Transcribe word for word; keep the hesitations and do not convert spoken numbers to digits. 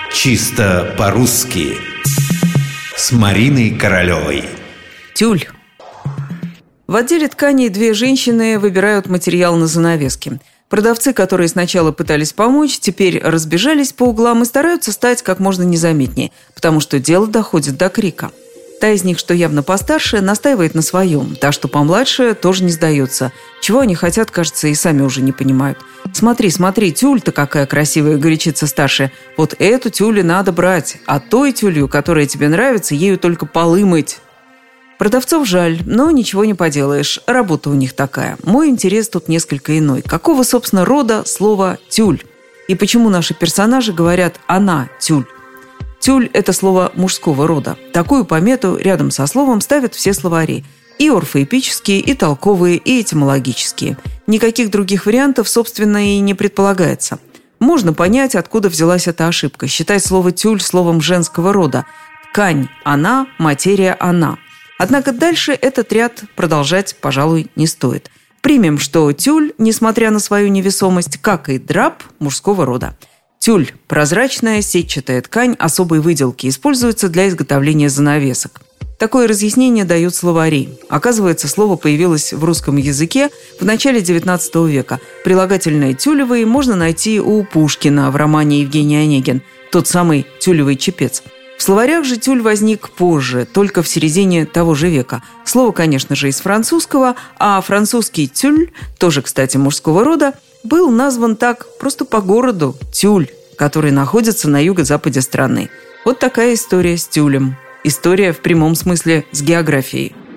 Чисто по-русски с Мариной Королевой. Тюль. В отделе тканей две женщины выбирают материал на занавески. Продавцы, которые сначала пытались помочь, теперь разбежались по углам и стараются стать как можно незаметнее, потому что дело доходит до крика. Та из них, что явно постарше, настаивает на своем. Та, что помладше, тоже не сдается. Чего они хотят, кажется, и сами уже не понимают. «Смотри, смотри, тюль-то какая красивая», — горячится старшая. «Вот эту тюль надо брать, а той тюлью, которая тебе нравится, ею только полы мыть». Продавцов жаль, но ничего не поделаешь. Работа у них такая. Мой интерес тут несколько иной. Какого, собственно, рода слово «тюль»? И почему наши персонажи говорят «она тюль»? Тюль – это слово мужского рода. Такую помету рядом со словом ставят все словари. И орфоэпические, и толковые, и этимологические. Никаких других вариантов, собственно, и не предполагается. Можно понять, откуда взялась эта ошибка. Считать слово «тюль» словом женского рода. Ткань – она, материя – она. Однако дальше этот ряд продолжать, пожалуй, не стоит. Примем, что тюль, несмотря на свою невесомость, как и драп, мужского рода. Тюль – прозрачная сетчатая ткань особой выделки, используется для изготовления занавесок. Такое разъяснение дают словари. Оказывается, слово появилось в русском языке в начале девятнадцатого века. Прилагательное «тюлевый» можно найти у Пушкина в романе «Евгений Онегин», тот самый «тюлевый чепец». В словарях же тюль возник позже, только в середине того же века. Слово, конечно же, из французского, а французский «тюль», тоже, кстати, мужского рода, был назван так просто по городу Тюль, который находится на юго-западе страны. Вот такая история с тюлем. История в прямом смысле с географией.